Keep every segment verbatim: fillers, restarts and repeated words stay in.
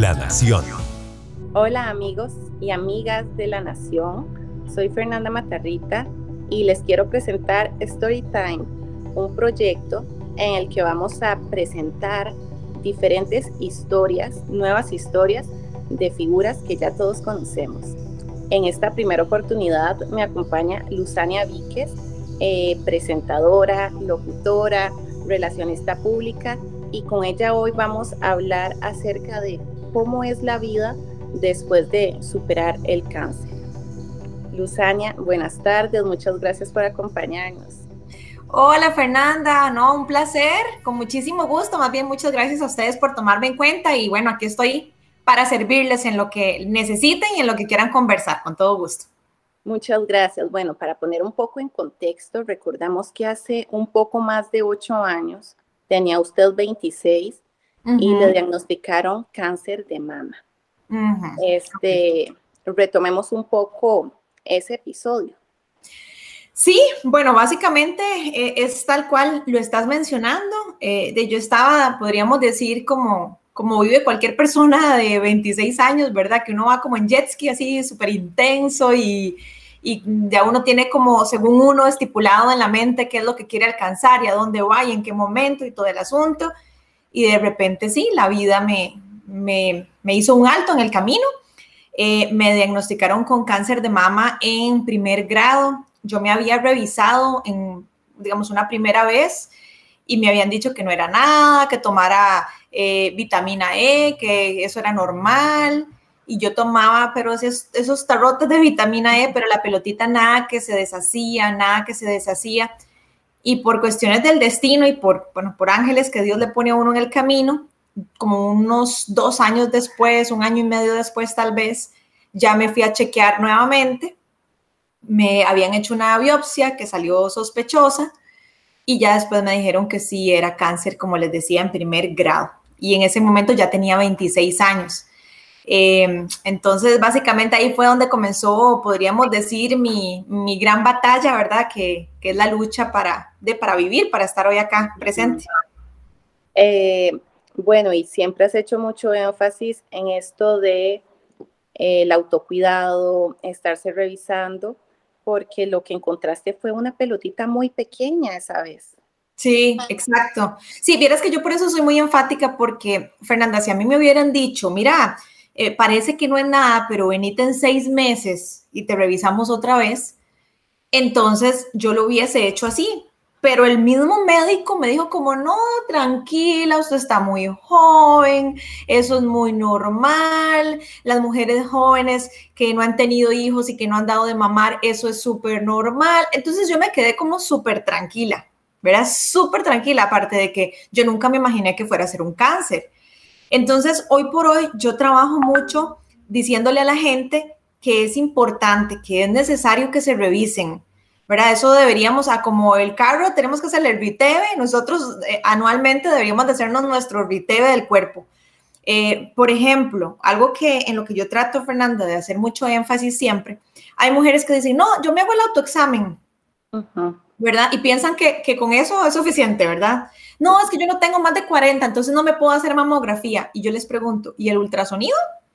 La Nación. Hola amigos y amigas de La Nación, soy Fernanda Matarrita y les quiero presentar Storytime, un proyecto en el que vamos a presentar diferentes historias, nuevas historias de figuras que ya todos conocemos. En esta primera oportunidad me acompaña Luzania Víquez, eh, presentadora, locutora, relacionista pública, y con ella hoy vamos a hablar acerca de cómo es la vida después de superar el cáncer. Luzania, buenas tardes, muchas gracias por acompañarnos. Hola Fernanda, no, un placer, con muchísimo gusto, más bien muchas gracias a ustedes por tomarme en cuenta y bueno, aquí estoy para servirles en lo que necesiten y en lo que quieran conversar, con todo gusto. Muchas gracias. Bueno, para poner un poco en contexto, recordamos que hace un poco más de ocho años tenía usted veintiséis uh-huh. y le diagnosticaron cáncer de mama. Uh-huh. Este, retomemos un poco ese episodio. Sí, bueno, básicamente eh, es tal cual lo estás mencionando. Eh, de yo estaba, podríamos decir, como, como vive cualquier persona de veintiséis años, ¿verdad? Que uno va como en jet ski así súper intenso y, y ya uno tiene como, según uno, estipulado en la mente qué es lo que quiere alcanzar y a dónde va y en qué momento y todo el asunto. Y de repente sí, la vida me, me, me hizo un alto en el camino. Eh, me diagnosticaron con cáncer de mama en primer grado. Yo me había revisado en, digamos, una primera vez y me habían dicho que no era nada, que tomara eh, vitamina E, que eso era normal. Y yo tomaba, pero esos, esos tarrotes de vitamina E, pero la pelotita nada que se deshacía, nada que se deshacía. Y por cuestiones del destino y por, bueno, por ángeles que Dios le pone a uno en el camino, como unos dos años después, un año y medio después tal vez, ya me fui a chequear nuevamente. Me habían hecho una biopsia que salió sospechosa y ya después me dijeron que sí era cáncer, como les decía, en primer grado. Y en ese momento ya tenía veintiséis años. Eh, entonces, básicamente ahí fue donde comenzó, podríamos decir, mi, mi gran batalla, ¿verdad? Que, que es la lucha para, de, para vivir, para estar hoy acá presente. Eh, bueno, y siempre has hecho mucho énfasis en esto de eh, el autocuidado, estarse revisando, porque lo que encontraste fue una pelotita muy pequeña esa vez. Sí, exacto. Sí, vieras que yo por eso soy muy enfática porque, Fernanda, si a mí me hubieran dicho, mira, eh, parece que no es nada, pero venite en seis meses y te revisamos otra vez, entonces yo lo hubiese hecho así. Pero el mismo médico me dijo como, no, tranquila, usted está muy joven, eso es muy normal, las mujeres jóvenes que no han tenido hijos y que no han dado de mamar, eso es súper normal. Entonces yo me quedé como súper tranquila, ¿verdad? Súper tranquila, aparte de que yo nunca me imaginé que fuera a ser un cáncer. Entonces, hoy por hoy yo trabajo mucho diciéndole a la gente que es importante, que es necesario que se revisen, ¿verdad? Eso deberíamos, a como el carro, tenemos que hacerle el riteve, nosotros eh, anualmente deberíamos de hacernos nuestro riteve del cuerpo. Eh, por ejemplo, algo que en lo que yo trato, Fernanda, de hacer mucho énfasis siempre, hay mujeres que dicen, no, yo me hago el autoexamen, uh-huh. ¿verdad? Y piensan que, que con eso es suficiente, ¿verdad? No, es que yo no tengo más de cuarenta, entonces no me puedo hacer mamografía. Y yo les pregunto, ¿y el ultrasonido?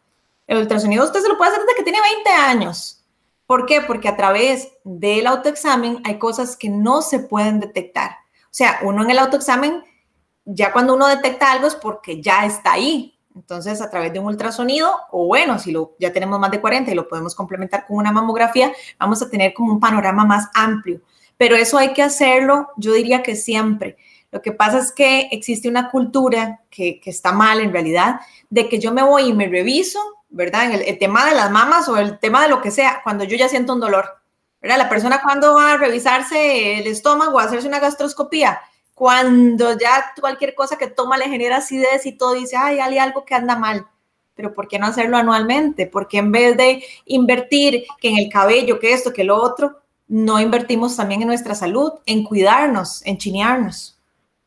El ultrasonido usted se lo puede hacer desde que tiene veinte años. ¿Por qué? Porque a través del autoexamen hay cosas que no se pueden detectar. O sea, uno en el autoexamen, ya cuando uno detecta algo es porque ya está ahí. Entonces, a través de un ultrasonido, o bueno, si lo, ya tenemos más de cuarenta y lo podemos complementar con una mamografía, vamos a tener como un panorama más amplio. Pero eso hay que hacerlo, yo diría que siempre. Lo que pasa es que existe una cultura que, que está mal en realidad, de que yo me voy y me reviso, ¿verdad? En el, el tema de las mamas o el tema de lo que sea, cuando yo ya siento un dolor, ¿verdad? La persona cuando va a revisarse el estómago, a hacerse una gastroscopía, cuando ya cualquier cosa que toma le genera acidez y todo, dice, ay, hay algo que anda mal. Pero ¿por qué no hacerlo anualmente? Porque en vez de invertir que en el cabello, que esto, que lo otro, no invertimos también en nuestra salud, en cuidarnos, en chinearnos.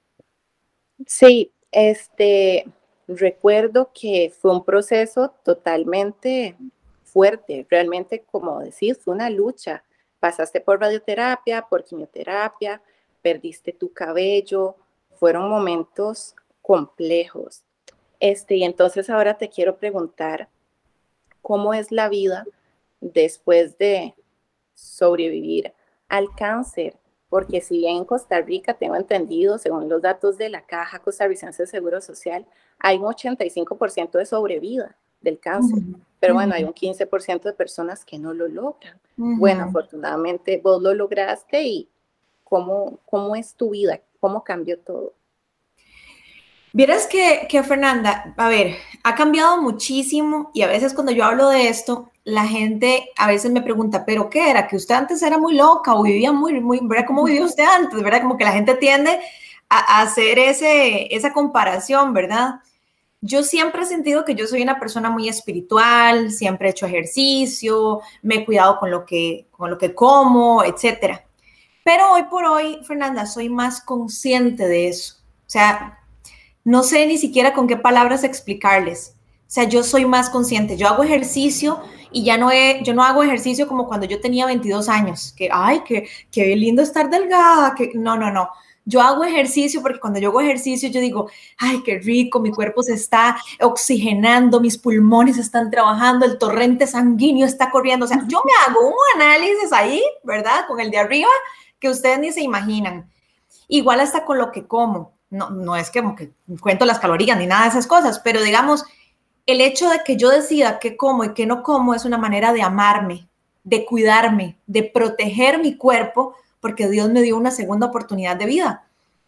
Sí, este, recuerdo que fue un proceso totalmente fuerte, realmente, como decís, fue una lucha. Pasaste por radioterapia, por quimioterapia, perdiste tu cabello, fueron momentos complejos. Este, y entonces ahora te quiero preguntar, ¿cómo es la vida después de sobrevivir al cáncer? Porque si bien en Costa Rica, tengo entendido, según los datos de la Caja Costarricense de Seguro Social, hay un ochenta y cinco por ciento de sobrevida del cáncer, uh-huh. pero bueno, uh-huh. hay un quince por ciento de personas que no lo logran. Uh-huh. Bueno, afortunadamente vos lo lograste. ¿Y cómo, cómo es tu vida? ¿Cómo cambió todo? Vieras que, que, Fernanda, a ver, ha cambiado muchísimo y a veces cuando yo hablo de esto, la gente a veces me pregunta, ¿pero qué era? ¿Que usted antes era muy loca o vivía muy, muy, ¿verdad? ¿Cómo vivía usted antes? ¿Verdad? Como que la gente tiende a, a hacer ese, esa comparación, ¿verdad? Yo siempre he sentido que yo soy una persona muy espiritual, siempre he hecho ejercicio, me he cuidado con lo que, con lo que como, etcétera. Pero hoy por hoy, Fernanda, soy más consciente de eso. O sea, no sé ni siquiera con qué palabras explicarles. O sea, yo soy más consciente. Yo hago ejercicio y ya no he, yo no hago ejercicio como cuando yo tenía veintidós años. Que, ay, qué, qué lindo estar delgada. Que, no, no, no. Yo hago ejercicio porque cuando yo hago ejercicio yo digo, ay, qué rico, mi cuerpo se está oxigenando, mis pulmones están trabajando, el torrente sanguíneo está corriendo. O sea, yo me hago un análisis ahí, ¿verdad? Con el de arriba que ustedes ni se imaginan. Igual hasta con lo que como. No, no es que, como que cuento las calorías ni nada de esas cosas, pero digamos, el hecho de que yo decida qué como y qué no como es una manera de amarme, de cuidarme, de proteger mi cuerpo, porque Dios me dio una segunda oportunidad de vida.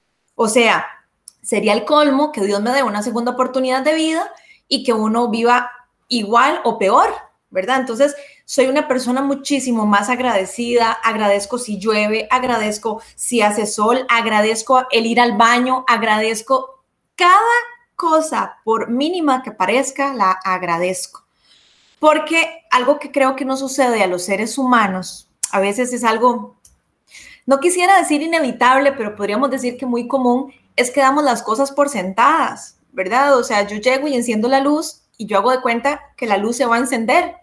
O sea, sería el colmo que Dios me dé una segunda oportunidad de vida y que uno viva igual o peor, ¿verdad? Entonces, soy una persona muchísimo más agradecida, agradezco si llueve, agradezco si hace sol, agradezco el ir al baño, agradezco cada cosa, por mínima que parezca, la agradezco. Porque algo que creo que no sucede a los seres humanos, a veces es algo, no quisiera decir inevitable, pero podríamos decir que muy común, es que damos las cosas por sentadas, ¿verdad? O sea, yo llego y enciendo la luz y yo hago de cuenta que la luz se va a encender.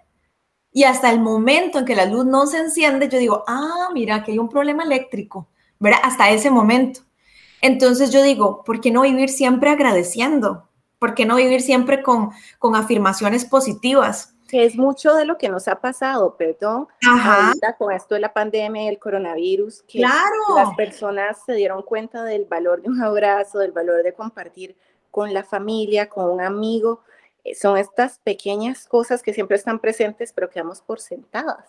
Y hasta el momento en que la luz no se enciende, yo digo, ah, mira, que hay un problema eléctrico, ¿verdad? Hasta ese momento. Entonces yo digo, ¿por qué no vivir siempre agradeciendo? ¿Por qué no vivir siempre con, con afirmaciones positivas? Que es mucho de lo que nos ha pasado, perdón, Ajá. ahorita con esto de la pandemia y el coronavirus, que claro. las personas se dieron cuenta del valor de un abrazo, del valor de compartir con la familia, con un amigo. Son estas pequeñas cosas que siempre están presentes, pero quedamos por sentadas.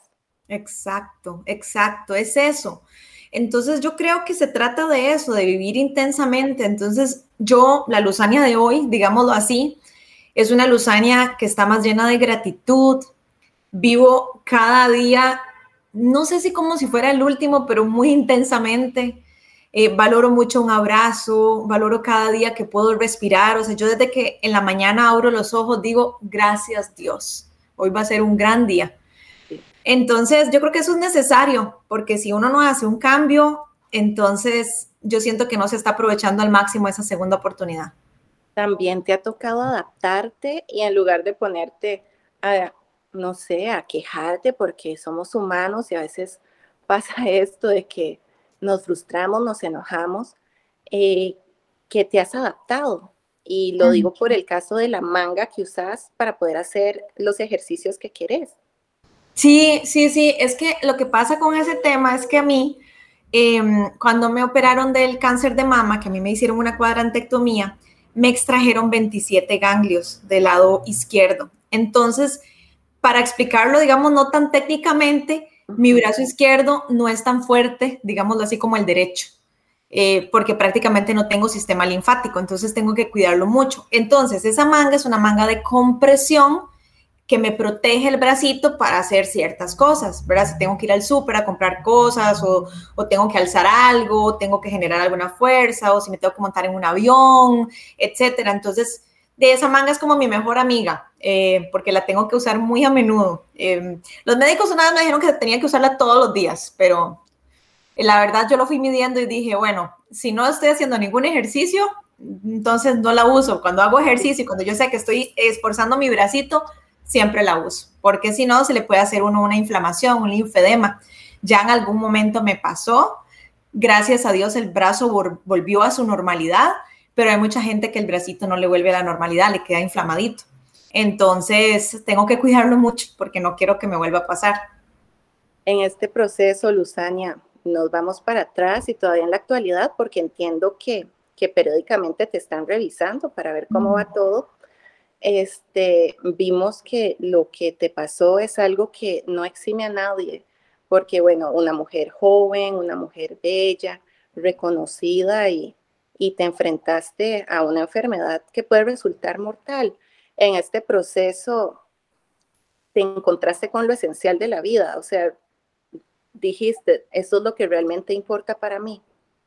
Exacto, exacto, es eso. Entonces yo creo que se trata de eso, de vivir intensamente. Entonces yo, la Luzania de hoy, digámoslo así, es una Luzania que está más llena de gratitud. Vivo cada día, no sé si como si fuera el último, pero muy intensamente. Eh, valoro mucho un abrazo, valoro cada día que puedo respirar. O sea, yo desde que en la mañana abro los ojos digo, gracias Dios, hoy va a ser un gran día. Entonces, yo creo que eso es necesario, porque si uno no hace un cambio, entonces yo siento que no se está aprovechando al máximo esa segunda oportunidad. También te ha tocado adaptarte y en lugar de ponerte a, no sé, a quejarte porque somos humanos y a veces pasa esto de que nos frustramos, nos enojamos, eh, que te has adaptado. Y lo digo por el caso de la manga que usas para poder hacer los ejercicios que querés. Sí, sí, sí. Es que lo que pasa con ese tema es que a mí, eh, cuando me operaron del cáncer de mama, que a mí me hicieron una cuadrantectomía, me extrajeron veintisiete ganglios del lado izquierdo. Entonces, para explicarlo, digamos, no tan técnicamente, mi brazo izquierdo no es tan fuerte, digámoslo así, como el derecho, eh, porque prácticamente no tengo sistema linfático, entonces tengo que cuidarlo mucho. Entonces, esa manga es una manga de compresión que me protege el bracito para hacer ciertas cosas, ¿verdad? Si tengo que ir al súper a comprar cosas o, o tengo que alzar algo, tengo que generar alguna fuerza o si me tengo que montar en un avión, etcétera. Entonces, de esa manga es como mi mejor amiga, eh, porque la tengo que usar muy a menudo. Eh, los médicos una vez me dijeron que tenía que usarla todos los días, pero eh, la verdad yo lo fui midiendo y dije, bueno, si no estoy haciendo ningún ejercicio, entonces no la uso. Cuando hago ejercicio y cuando yo sé que estoy esforzando mi bracito, siempre la uso, porque si no se le puede hacer uno una inflamación, un linfedema. Ya en algún momento me pasó, gracias a Dios el brazo volvió a su normalidad, pero hay mucha gente que el bracito no le vuelve a la normalidad, le queda inflamadito. Entonces, tengo que cuidarlo mucho porque no quiero que me vuelva a pasar. En este proceso, Luzania, nos vamos para atrás y todavía en la actualidad, porque entiendo que, que periódicamente te están revisando para ver cómo va todo. Este, vimos que lo que te pasó es algo que no exime a nadie, porque bueno, una mujer joven, una mujer bella, reconocida y, y te enfrentaste a una enfermedad que puede resultar mortal. En este proceso te encontraste con lo esencial de la vida, o sea, dijiste, eso es lo que realmente importa para mí.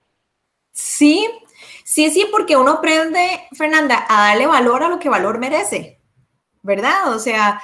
Sí, sí, sí, porque uno aprende, Fernanda, a darle valor a lo que valor merece, ¿verdad? O sea,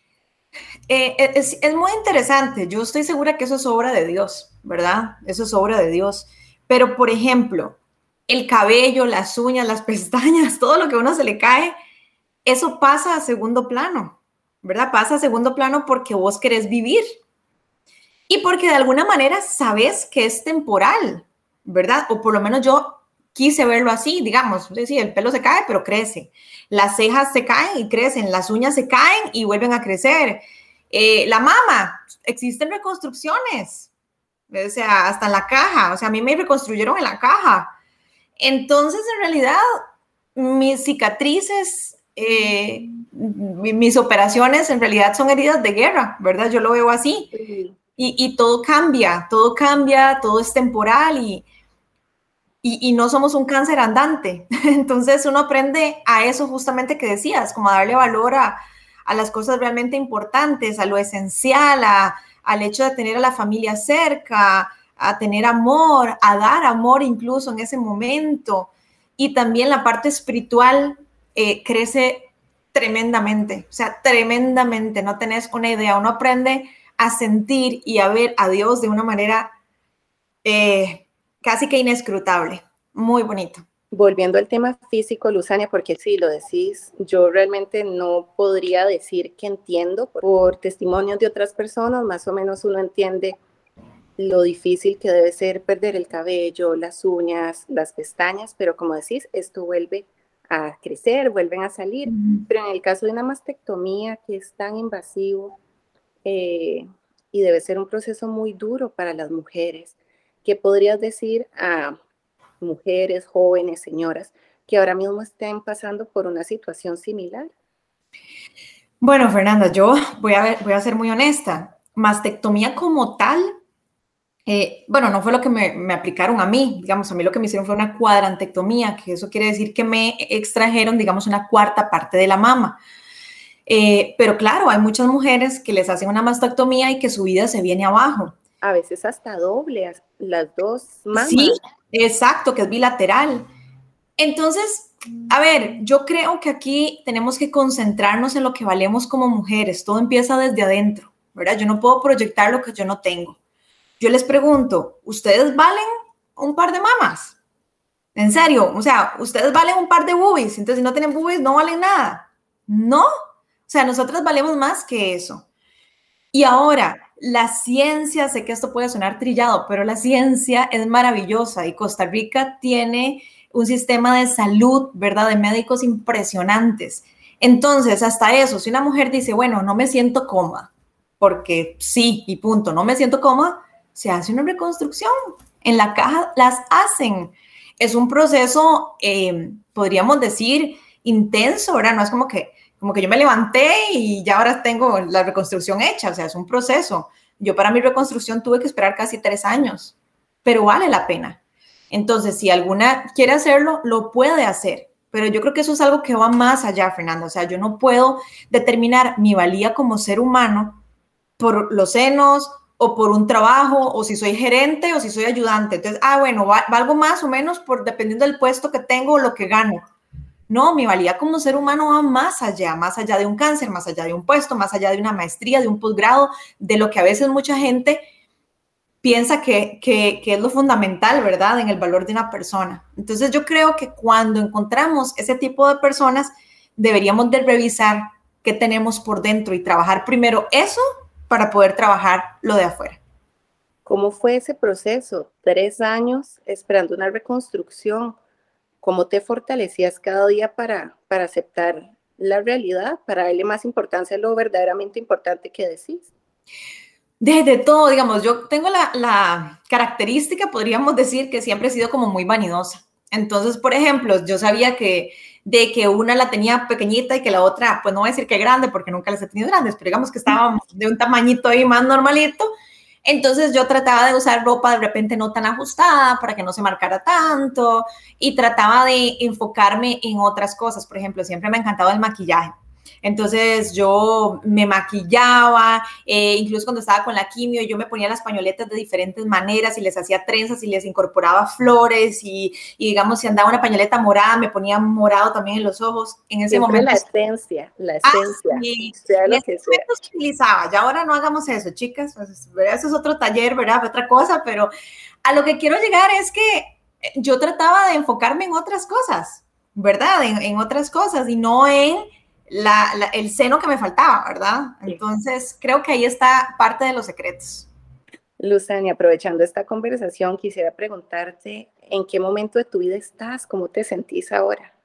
eh, es, es muy interesante. Yo estoy segura que eso es obra de Dios, ¿verdad? Eso es obra de Dios. Pero, por ejemplo, el cabello, las uñas, las pestañas, todo lo que a uno se le cae, eso pasa a segundo plano, ¿verdad? Pasa a segundo plano porque vos querés vivir y porque de alguna manera sabes que es temporal, ¿verdad? O por lo menos yo quise verlo así, digamos, sí, el pelo se cae, pero crece. Las cejas se caen y crecen, las uñas se caen y vuelven a crecer. Eh, la mama, existen reconstrucciones, o sea, hasta en la caja, o sea, a mí me reconstruyeron en la caja. Entonces, en realidad, mis cicatrices, eh, mis operaciones en realidad son heridas de guerra, ¿verdad? Yo lo veo así. Sí. Y, y todo cambia, todo cambia, todo es temporal y, y, y no somos un cáncer andante. Entonces uno aprende a eso justamente que decías, como a darle valor a, a las cosas realmente importantes, a lo esencial, a, al hecho de tener a la familia cerca, a tener amor, a dar amor incluso en ese momento. Y también la parte espiritual eh, crece tremendamente, o sea, tremendamente, no tenés una idea, uno aprende a sentir y a ver a Dios de una manera eh, casi que inescrutable, muy bonito. Volviendo al tema físico, Luzania, porque sí, lo decís, yo realmente no podría decir que entiendo por testimonios de otras personas, más o menos uno entiende lo difícil que debe ser perder el cabello, las uñas, las pestañas, pero como decís, esto vuelve a crecer, vuelven a salir, mm. Pero en el caso de una mastectomía que es tan invasivo eh, y debe ser un proceso muy duro para las mujeres, ¿qué podrías decir a mujeres, jóvenes, señoras que ahora mismo estén pasando por una situación similar? Bueno, Fernanda, yo voy a, ver, voy a ser muy honesta. Mastectomía como tal, eh, bueno, no fue lo que me, me aplicaron a mí. Digamos, a mí lo que me hicieron fue una cuadrantectomía, que eso quiere decir que me extrajeron, digamos, una cuarta parte de la mama. Eh, pero claro, hay muchas mujeres que les hacen una mastectomía y que su vida se viene abajo. A veces hasta doble, las dos mamas. Sí, exacto, que es bilateral. Entonces, a ver, yo creo que aquí tenemos que concentrarnos en lo que valemos como mujeres. Todo empieza desde adentro, ¿verdad? Yo no puedo proyectar lo que yo no tengo. Yo les pregunto, ¿ustedes valen un par de mamas? En serio, o sea, ¿ustedes valen un par de boobies? Entonces, si no tienen boobies, no valen nada. No, o sea, nosotras valemos más que eso. Y ahora, la ciencia, sé que esto puede sonar trillado, pero la ciencia es maravillosa y Costa Rica tiene un sistema de salud, ¿verdad? De médicos impresionantes. Entonces, hasta eso, si una mujer dice, bueno, no me siento cómoda, porque sí, y punto, no me siento cómoda, se hace una reconstrucción. En la caja las hacen. Es un proceso, eh, podríamos decir, intenso, ¿verdad? No es como que como que yo me levanté y ya ahora tengo la reconstrucción hecha, o sea, es un proceso. Yo para mi reconstrucción tuve que esperar casi tres años, pero vale la pena. Entonces, si alguna quiere hacerlo, lo puede hacer, pero yo creo que eso es algo que va más allá, Fernanda. O sea, yo no puedo determinar mi valía como ser humano por los senos o por un trabajo, o si soy gerente o si soy ayudante. Entonces, ah, bueno, valgo más o menos por dependiendo del puesto que tengo o lo que gano. No, mi valía como ser humano va más allá, más allá de un cáncer, más allá de un puesto, más allá de una maestría, de un posgrado, de lo que a veces mucha gente piensa que, que, que es lo fundamental, ¿verdad? En el valor de una persona. Entonces yo creo que cuando encontramos ese tipo de personas, deberíamos de revisar qué tenemos por dentro y trabajar primero eso para poder trabajar lo de afuera. ¿Cómo fue ese proceso? Tres años esperando una reconstrucción. cómo te fortalecías cada día para, para aceptar la realidad, para darle más importancia a lo verdaderamente importante que decís. Desde todo, digamos, yo tengo la, la característica, podríamos decir, que siempre he sido como muy vanidosa. Entonces, por ejemplo, yo sabía que de que una la tenía pequeñita y que la otra, pues no voy a decir que grande, porque nunca las he tenido grandes, pero digamos que estaba de un tamañito ahí más normalito. Entonces yo trataba de usar ropa de repente no tan ajustada para que no se marcara tanto y trataba de enfocarme en otras cosas. Por ejemplo, siempre me ha encantado el maquillaje. Entonces yo me maquillaba, eh, incluso cuando estaba con la quimio, yo me ponía las pañoletas de diferentes maneras y les hacía trenzas y les incorporaba flores y, y digamos, si andaba una pañoleta morada, me ponía morado también en los ojos. En ese Siempre momento... la esencia, la esencia. Ah, sí. Sea En lo ese que sea. momento se utilizaba, ya ahora no hagamos eso, chicas, pues, eso es otro taller, ¿verdad? Otra cosa, pero a lo que quiero llegar es que yo trataba de enfocarme en otras cosas, ¿verdad? En, en otras cosas y no en La, la, el seno que me faltaba, ¿verdad? Entonces, creo que ahí está parte de los secretos. Luzania, aprovechando esta conversación, quisiera preguntarte, ¿en qué momento de tu vida estás? ¿Cómo te sentís ahora?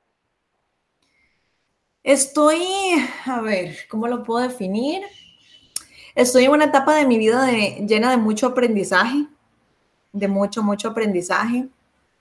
Estoy, a ver, ¿cómo lo puedo definir? Estoy en una etapa de mi vida de, llena de mucho aprendizaje, de mucho, mucho aprendizaje.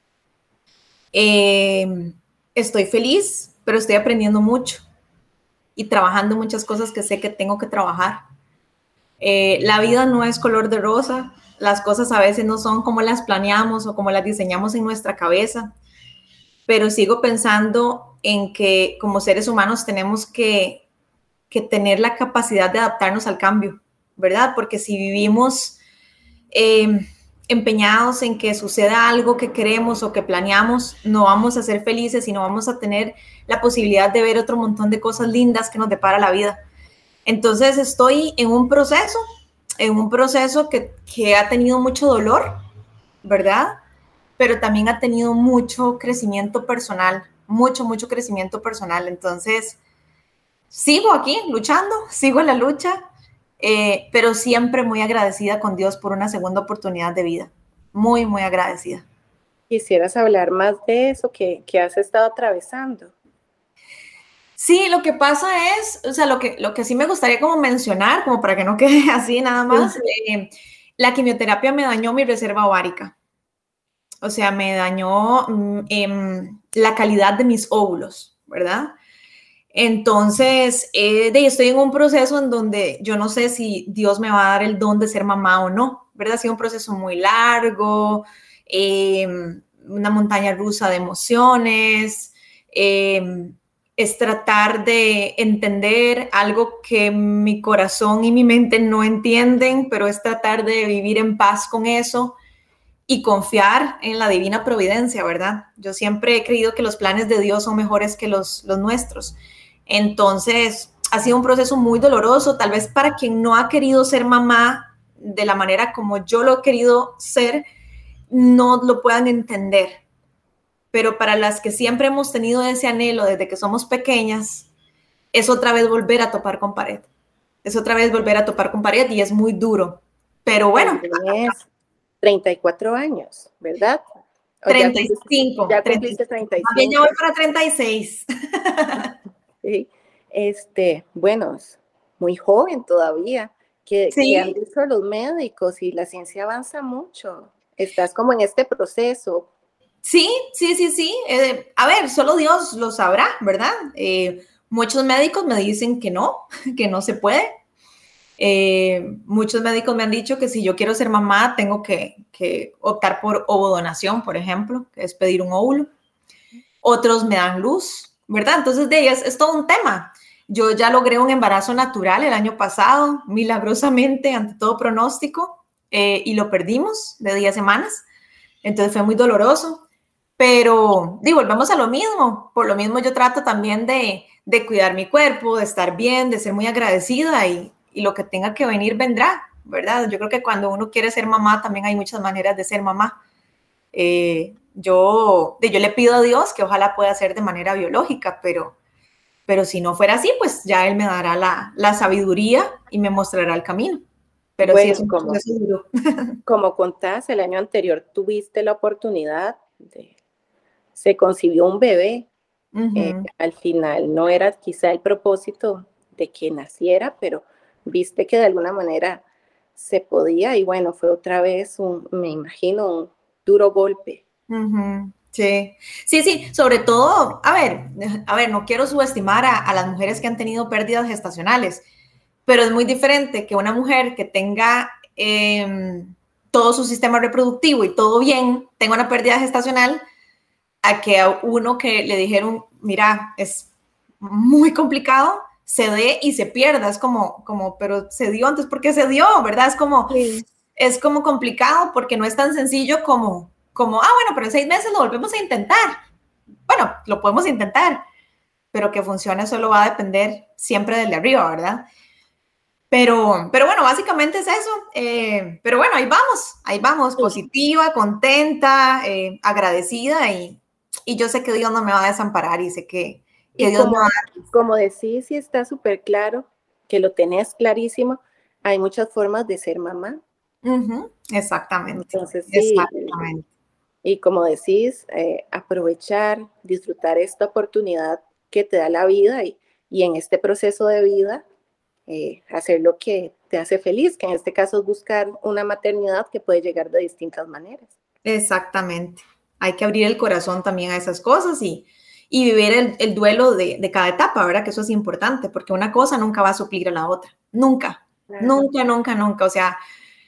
Eh, estoy feliz, pero estoy aprendiendo mucho y trabajando muchas cosas que sé que tengo que trabajar. Eh, la vida no es color de rosa, las cosas a veces no son como las planeamos o como las diseñamos en nuestra cabeza, pero sigo pensando en que como seres humanos tenemos que, que tener la capacidad de adaptarnos al cambio, ¿verdad? Porque si vivimos eh, empeñados en que suceda algo que queremos o que planeamos, no vamos a ser felices y no vamos a tener la posibilidad de ver otro montón de cosas lindas que nos depara la vida. Entonces estoy en un proceso, en un proceso que, que ha tenido mucho dolor, ¿verdad? Pero también ha tenido mucho crecimiento personal, mucho, mucho crecimiento personal. Entonces, sigo aquí luchando, sigo en la lucha, eh, pero siempre muy agradecida con Dios por una segunda oportunidad de vida. Muy, muy agradecida. ¿Quisieras hablar más de eso que, que has estado atravesando? Sí, lo que pasa es, o sea, lo que, lo que sí me gustaría como mencionar, como para que no quede así nada más, sí. eh, la quimioterapia me dañó mi reserva ovárica. O sea, me dañó eh, la calidad de mis óvulos, ¿verdad? Entonces, eh, de, estoy en un proceso en donde yo no sé si Dios me va a dar el don de ser mamá o no, ¿verdad? Ha sido un proceso muy largo, eh, una montaña rusa de emociones, eh, es tratar de entender algo que mi corazón y mi mente no entienden, pero es tratar de vivir en paz con eso y confiar en la divina providencia, ¿verdad? Yo siempre he creído que los planes de Dios son mejores que los, los nuestros. Entonces, ha sido un proceso muy doloroso, tal vez para quien no ha querido ser mamá de la manera como yo lo he querido ser, no lo puedan entender. Pero para las que siempre hemos tenido ese anhelo desde que somos pequeñas, es otra vez volver a topar con pared. Es otra vez volver a topar con pared y es muy duro. Pero bueno. Tienes treinta y cuatro años, ¿verdad? ¿O treinta y cinco. Ya cumpliste treinta y cinco. También ya voy para treinta y seis. Sí. Este, bueno, muy joven todavía. ¿Qué, sí. ¿Qué han dicho los médicos? Y la ciencia avanza mucho. Estás como en este proceso. Sí, sí, sí, sí. Eh, a ver, solo Dios lo sabrá, ¿verdad? Eh, muchos médicos me dicen que no, que no se puede. Eh, muchos médicos me han dicho que si yo quiero ser mamá, tengo que, que optar por ovodonación, por ejemplo, que es pedir un óvulo. Otros me dan luz, ¿verdad? Entonces, de ellas es todo un tema. Yo ya logré un embarazo natural el año pasado, milagrosamente, ante todo pronóstico, eh, y lo perdimos de diez semanas. Entonces fue muy doloroso. Pero, digo, volvemos a lo mismo. Por lo mismo yo trato también de, de cuidar mi cuerpo, de estar bien, de ser muy agradecida y, y lo que tenga que venir vendrá, ¿verdad? Yo creo que cuando uno quiere ser mamá también hay muchas maneras de ser mamá. Eh, yo, de, yo le pido a Dios que ojalá pueda ser de manera biológica, pero, pero si no fuera así, pues ya Él me dará la, la sabiduría y me mostrará el camino. Pero bueno, sí es un como, proceso duro. Como contás, el año anterior tuviste la oportunidad de se concibió un bebé. Uh-huh. Eh, al final no era quizá el propósito de que naciera, pero viste que de alguna manera se podía y bueno, fue otra vez un, me imagino, un duro golpe. Uh-huh. Sí, sí, sí, sobre todo, a ver, a ver, no quiero subestimar a, a las mujeres que han tenido pérdidas gestacionales, pero es muy diferente que una mujer que tenga eh, todo su sistema reproductivo y todo bien, tenga una pérdida gestacional, a que a uno que le dijeron, mira, es muy complicado, se dé y se pierda, es como, como pero se dio antes porque se dio, ¿verdad? Es como, sí. Es como complicado porque no es tan sencillo como, como, ah, bueno, pero en seis meses lo volvemos a intentar. Bueno, lo podemos intentar, pero que funcione solo va a depender siempre del de arriba, ¿verdad? Pero, pero bueno, básicamente es eso. Eh, pero bueno, ahí vamos, ahí vamos, sí. Positiva, contenta, eh, agradecida y, y yo sé que Dios no me va a desamparar y sé que, que y Dios como, me va a... Como decís, y está súper claro, que lo tenés clarísimo, hay muchas formas de ser mamá. Uh-huh. Exactamente. Entonces, sí, exactamente. Y, y como decís, eh, aprovechar, disfrutar esta oportunidad que te da la vida y, y en este proceso de vida, eh, hacer lo que te hace feliz, que en este caso es buscar una maternidad que puede llegar de distintas maneras. Exactamente. Hay que abrir el corazón también a esas cosas y, y vivir el, el duelo de, de cada etapa, ¿verdad? Que eso es importante, porque una cosa nunca va a suplir a la otra. Nunca, claro. nunca, nunca, nunca. O sea,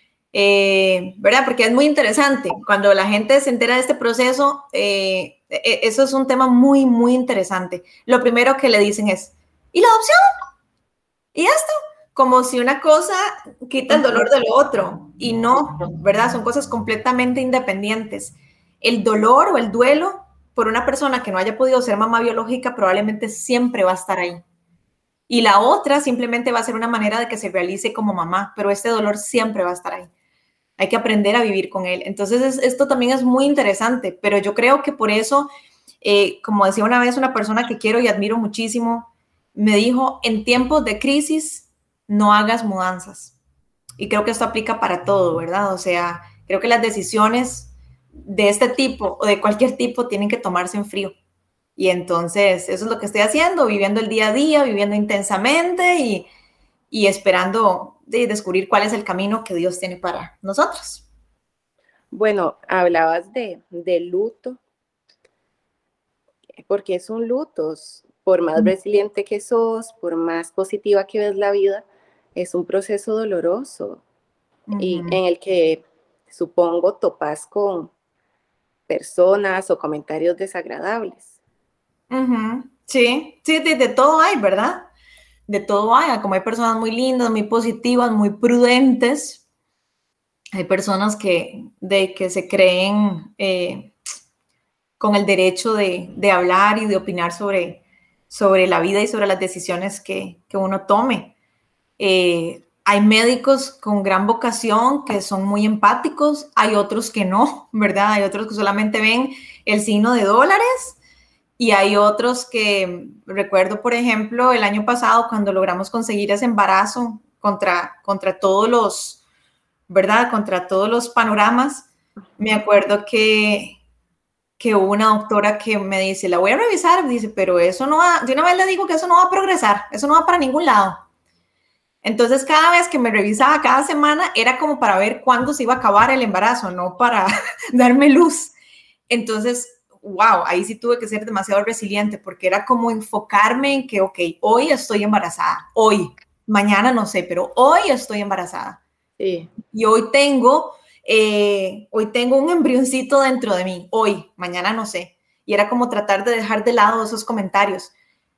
eh, ¿verdad? Porque es muy interesante. Cuando la gente se entera de este proceso, eh, eso es un tema muy, muy interesante. Lo primero que le dicen es, ¿y la adopción? ¿Y esto? Como si una cosa quita el dolor de lo otro. Y no, ¿verdad? Son cosas completamente independientes. El dolor o el duelo por una persona que no haya podido ser mamá biológica probablemente siempre va a estar ahí. Y la otra simplemente va a ser una manera de que se realice como mamá, pero este dolor siempre va a estar ahí. Hay que aprender a vivir con él. Entonces, es, esto también es muy interesante, pero yo creo que por eso, eh, como decía una vez una persona que quiero y admiro muchísimo, me dijo, en tiempos de crisis, no hagas mudanzas. Y creo que esto aplica para todo, ¿verdad? O sea, creo que las decisiones de este tipo o de cualquier tipo tienen que tomarse en frío. Y entonces, eso es lo que estoy haciendo, viviendo el día a día, viviendo intensamente y, y esperando de descubrir cuál es el camino que Dios tiene para nosotros. Bueno, hablabas de, de luto, porque es un luto. Por más resiliente que sos, por más positiva que ves la vida, es un proceso doloroso uh-huh. y en el que supongo topas con personas o comentarios desagradables. Uh-huh. Sí, sí, de, de todo hay, ¿verdad? De todo hay, como hay personas muy lindas, muy positivas, muy prudentes, hay personas que, de, que se creen eh, con el derecho de, de hablar y de opinar sobre, sobre la vida y sobre las decisiones que, que uno tome. Eh, hay médicos con gran vocación que son muy empáticos, hay otros que no, ¿verdad? Hay otros que solamente ven el signo de dólares y hay otros que, recuerdo por ejemplo el año pasado cuando logramos conseguir ese embarazo contra, contra todos los, ¿verdad? Contra todos los panoramas, me acuerdo que que hubo una doctora que me dice, la voy a revisar, dice, pero eso no va, de una vez le digo que eso no va a progresar, eso no va para ningún lado. Entonces, cada vez que me revisaba cada semana, era como para ver cuándo se iba a acabar el embarazo, no para darme luz. Entonces, wow, ahí sí tuve que ser demasiado resiliente, porque era como enfocarme en que, ok, hoy estoy embarazada, hoy, mañana no sé, pero hoy estoy embarazada. Sí. Y hoy tengo... Eh, hoy tengo un embrioncito dentro de mí, hoy, mañana no sé. Y era como tratar de dejar de lado esos comentarios.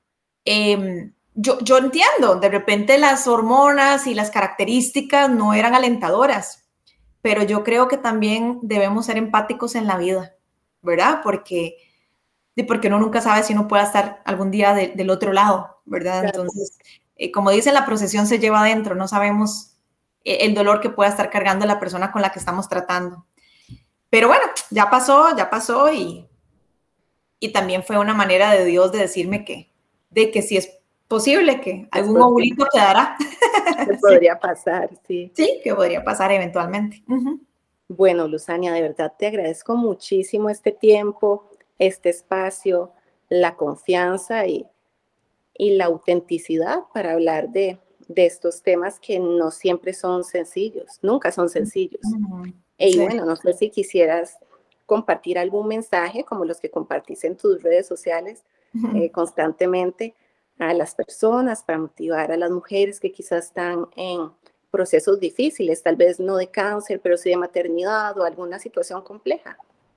Eh, yo, yo entiendo, de repente las hormonas y las características no eran alentadoras, pero yo creo que también debemos ser empáticos en la vida, ¿verdad? Porque, porque uno nunca sabe si uno pueda estar algún día de, del otro lado, ¿verdad? Claro. Entonces, eh, como dice, la procesión se lleva adentro, no sabemos el dolor que pueda estar cargando la persona con la que estamos tratando. Pero bueno, ya pasó, ya pasó y, y también fue una manera de Dios de decirme que, de que si es posible que algún es ovulito quedará. Que podría pasar, sí. Sí, que podría pasar eventualmente. Uh-huh. Bueno, Luzania, de verdad te agradezco muchísimo este tiempo, este espacio, la confianza y, y la autenticidad para hablar de, de estos temas que no siempre son sencillos, nunca son sencillos. Uh-huh. Y sí. Bueno, no sé si quisieras compartir algún mensaje como los que compartís en tus redes sociales uh-huh. eh, constantemente a las personas para motivar a las mujeres que quizás están en procesos difíciles, tal vez no de cáncer, pero sí de maternidad o alguna situación compleja.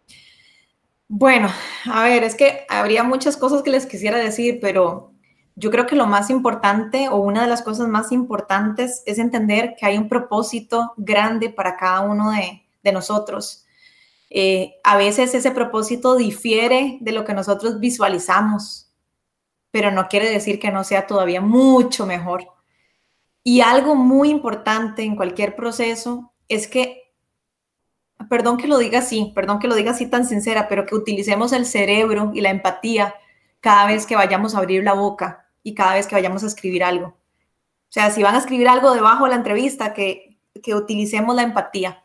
Bueno, a ver, es que habría muchas cosas que les quisiera decir, pero yo creo que lo más importante o una de las cosas más importantes es entender que hay un propósito grande para cada uno de, de nosotros. Eh, a veces ese propósito difiere de lo que nosotros visualizamos, pero no quiere decir que no sea todavía mucho mejor. Y algo muy importante en cualquier proceso es que, perdón que lo diga así, perdón que lo diga así tan sincera, pero que utilicemos el cerebro y la empatía cada vez que vayamos a abrir la boca y cada vez que vayamos a escribir algo. O sea, si van a escribir algo debajo de la entrevista, que, que utilicemos la empatía,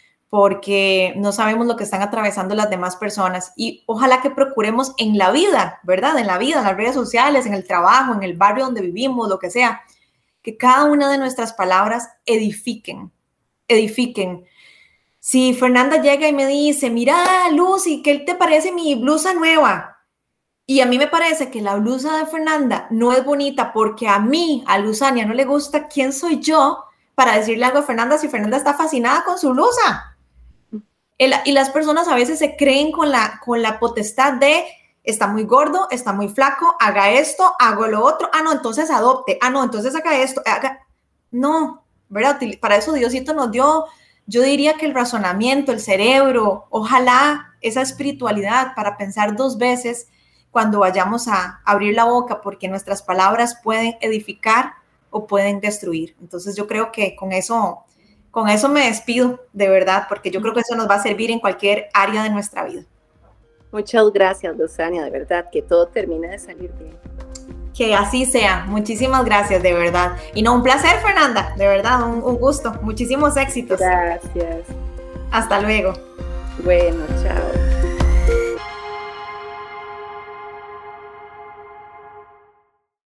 porque no sabemos lo que están atravesando las demás personas. Y ojalá que procuremos en la vida, ¿verdad? En la vida, en las redes sociales, en el trabajo, en el barrio donde vivimos, lo que sea, que cada una de nuestras palabras edifiquen, edifiquen. Si Fernanda llega y me dice, mira, Lucy, ¿qué te parece mi blusa nueva? Y a mí me parece que la blusa de Fernanda no es bonita porque a mí, a Luzania, no le gusta, ¿quién soy yo para decirle algo a Fernanda si Fernanda está fascinada con su blusa? El, y las personas a veces se creen con la, con la potestad de, está muy gordo, está muy flaco, haga esto, hago lo otro, ah, no, entonces adopte, ah, no, entonces haga esto, haga... No, ¿verdad? Para eso Diosito nos dio, yo diría que el razonamiento, el cerebro, ojalá esa espiritualidad para pensar dos veces cuando vayamos a abrir la boca, porque nuestras palabras pueden edificar o pueden destruir. Entonces yo creo que con eso, con eso me despido, de verdad, porque yo creo que eso nos va a servir en cualquier área de nuestra vida. Muchas gracias, Luzania, de verdad, que todo termine de salir bien. Que así sea. Muchísimas gracias, de verdad. Y no, un placer, Fernanda, de verdad, un, un gusto. Muchísimos éxitos. Gracias. Hasta luego. Bueno, chao.